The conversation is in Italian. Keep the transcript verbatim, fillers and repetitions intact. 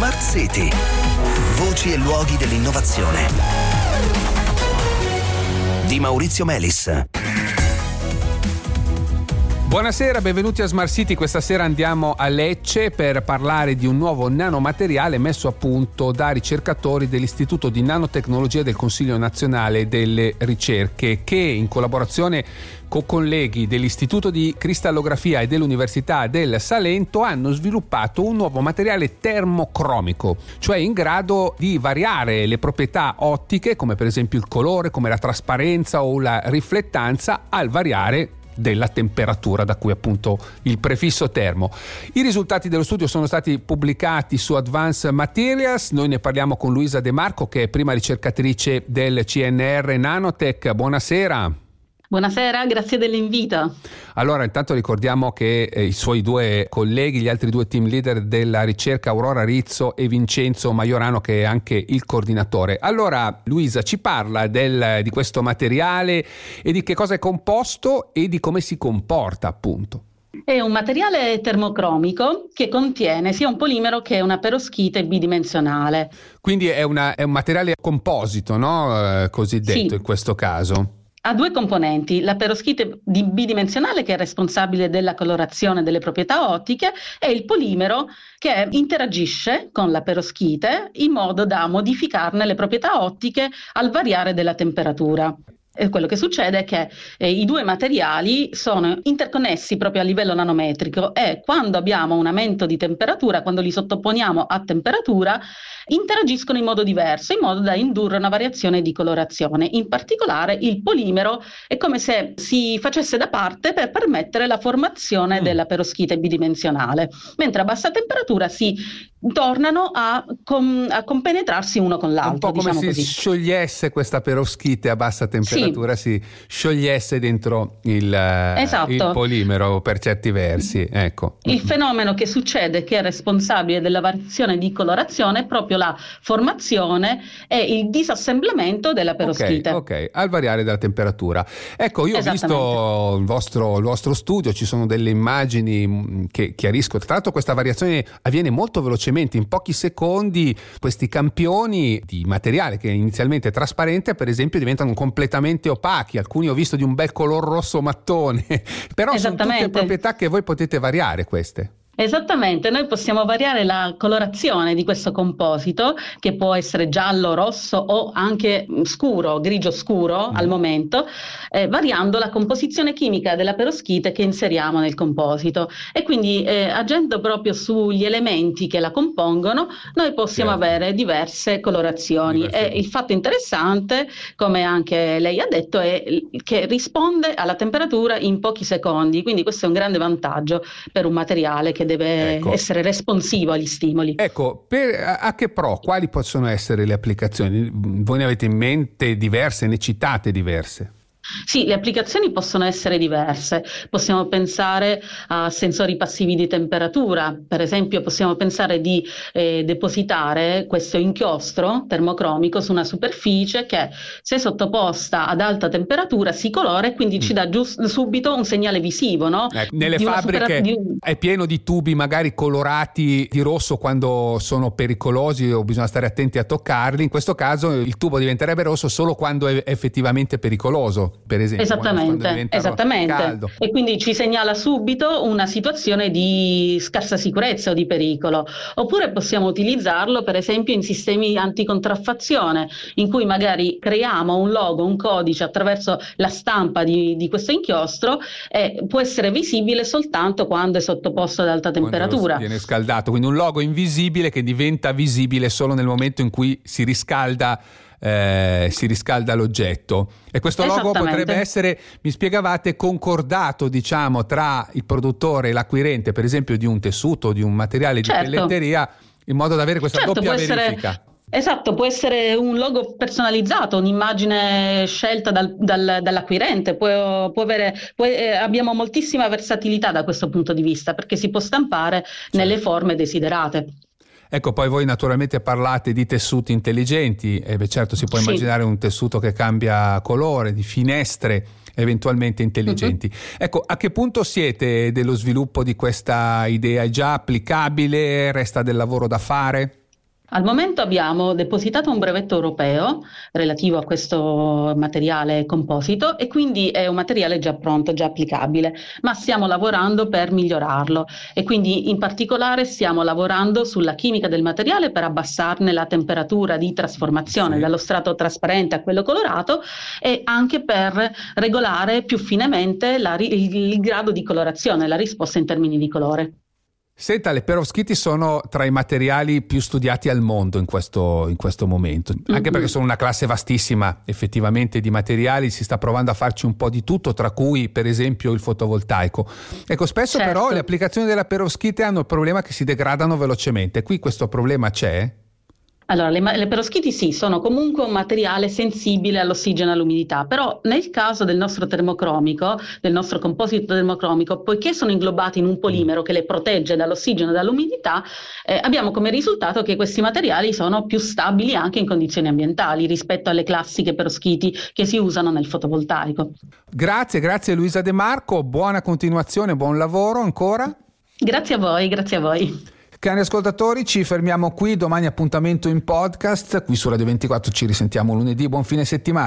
Smart City. Voci e luoghi dell'innovazione. Di Maurizio Melis. Buonasera, benvenuti a Smart City. Questa sera andiamo a Lecce per parlare di un nuovo nanomateriale messo a punto da ricercatori dell'Istituto di Nanotecnologia del Consiglio Nazionale delle Ricerche, che in collaborazione con colleghi dell'Istituto di Cristallografia e dell'Università del Salento hanno sviluppato un nuovo materiale termocromico, cioè in grado di variare le proprietà ottiche, come per esempio il colore, come la trasparenza o la riflettanza, al variare della temperatura, da cui appunto il prefisso termo. I risultati dello studio sono stati pubblicati su Advanced Materials. Noi ne parliamo con Luisa De Marco, che è prima ricercatrice del C N R Nanotech. Buonasera. Buonasera, grazie dell'invito. Allora, intanto ricordiamo che eh, i suoi due colleghi, gli altri due team leader della ricerca, Aurora Rizzo e Vincenzo Majorano, che è anche il coordinatore. Allora, Luisa, ci parla del, di questo materiale e di che cosa è composto e di come si comporta, appunto. È un materiale termocromico che contiene sia un polimero che una peroschite bidimensionale. Quindi è, una, è un materiale composito, no? Eh, cosiddetto, sì, in questo caso. Ha due componenti: la peroschite bidimensionale, che è responsabile della colorazione delle proprietà ottiche, e il polimero, che interagisce con la peroschite in modo da modificarne le proprietà ottiche al variare della temperatura. E quello che succede è che eh, i due materiali sono interconnessi proprio a livello nanometrico, e quando abbiamo un aumento di temperatura, quando li sottoponiamo a temperatura, interagiscono in modo diverso, in modo da indurre una variazione di colorazione. In particolare il polimero è come se si facesse da parte per permettere la formazione mm. della peroschite bidimensionale, mentre a bassa temperatura si tornano a, com- a compenetrarsi uno con l'altro. Un po' come diciamo se così. sciogliesse questa peroschite a bassa temperatura, sì. si sciogliesse dentro il, esatto. il polimero per certi versi. Ecco. Il fenomeno che succede, che è responsabile della variazione di colorazione, è proprio la formazione e il disassemblamento della peroschite. Ok, ok, al variare della temperatura. Ecco, io ho visto il vostro, il vostro studio, ci sono delle immagini che chiariscono. Tra l'altro questa variazione avviene molto velocemente, in pochi secondi questi campioni di materiale che inizialmente è trasparente, per esempio, diventano completamente opachi. Alcuni ho visto di un bel color rosso mattone, però sono tutte proprietà che voi potete variare, queste. Esattamente, noi possiamo variare la colorazione di questo composito, che può essere giallo, rosso o anche scuro, grigio scuro mm. al momento, eh, variando la composizione chimica della peroschite che inseriamo nel composito, e quindi eh, agendo proprio sugli elementi che la compongono noi possiamo certo. avere diverse colorazioni. Diverse. E il fatto interessante, come anche lei ha detto, è che risponde alla temperatura in pochi secondi, quindi questo è un grande vantaggio per un materiale che deve ecco. essere responsivo agli stimoli. Ecco, per, a che pro, quali possono essere le applicazioni? Voi ne avete in mente diverse, ne citate diverse? Sì, le applicazioni possono essere diverse. Possiamo pensare a sensori passivi di temperatura. Per esempio, possiamo pensare di eh, depositare questo inchiostro termocromico su una superficie che, se sottoposta ad alta temperatura, si colora e quindi mm. ci dà giust- subito un segnale visivo, no? Ecco, nelle di fabbriche di un... è pieno di tubi magari colorati di rosso quando sono pericolosi o bisogna stare attenti a toccarli. In questo caso il tubo diventerebbe rosso solo quando è effettivamente pericoloso. Per esempio, esattamente, esattamente. Caldo. E quindi ci segnala subito una situazione di scarsa sicurezza o di pericolo. Oppure possiamo utilizzarlo per esempio in sistemi anticontraffazione, in cui magari creiamo un logo, un codice attraverso la stampa di, di questo inchiostro, e può essere visibile soltanto quando è sottoposto ad alta temperatura. Quando viene scaldato, quindi un logo invisibile che diventa visibile solo nel momento in cui si riscalda Eh, si riscalda l'oggetto. E questo logo potrebbe essere, mi spiegavate, concordato, diciamo, tra il produttore e l'acquirente, per esempio di un tessuto, di un materiale di certo. pelletteria, in modo da avere questa certo, doppia può verifica. Essere... Esatto, può essere un logo personalizzato, un'immagine scelta dal, dal, dall'acquirente, può, può avere, può, eh, abbiamo moltissima versatilità da questo punto di vista, perché si può stampare certo. nelle forme desiderate. Ecco, poi voi naturalmente parlate di tessuti intelligenti, e beh, certo si può sì. immaginare un tessuto che cambia colore, di finestre eventualmente intelligenti. Uh-huh. Ecco, a che punto siete dello sviluppo di questa idea? È già applicabile? Resta del lavoro da fare? Al momento abbiamo depositato un brevetto europeo relativo a questo materiale composito e quindi è un materiale già pronto, già applicabile, ma stiamo lavorando per migliorarlo e quindi in particolare stiamo lavorando sulla chimica del materiale per abbassarne la temperatura di trasformazione, sì, dallo strato trasparente a quello colorato, e anche per regolare più finemente la, il, il grado di colorazione, la risposta in termini di colore. Senta, le perovskiti sono tra i materiali più studiati al mondo in questo, in questo momento, anche mm-hmm. perché sono una classe vastissima effettivamente di materiali, si sta provando a farci un po' di tutto, tra cui per esempio il fotovoltaico. Ecco, spesso certo. però le applicazioni della perovskite hanno il problema che si degradano velocemente. Qui questo problema c'è? Allora, le, le perovskiti sì, sono comunque un materiale sensibile all'ossigeno e all'umidità, però nel caso del nostro termocromico, del nostro composito termocromico, poiché sono inglobati in un polimero che le protegge dall'ossigeno e dall'umidità, eh, abbiamo come risultato che questi materiali sono più stabili anche in condizioni ambientali rispetto alle classiche perovskiti che si usano nel fotovoltaico. Grazie, grazie Luisa De Marco, buona continuazione, buon lavoro ancora. Grazie a voi, grazie a voi. Cari ascoltatori, ci fermiamo qui, domani appuntamento in podcast, qui su Radio ventiquattro ci risentiamo lunedì, buon fine settimana.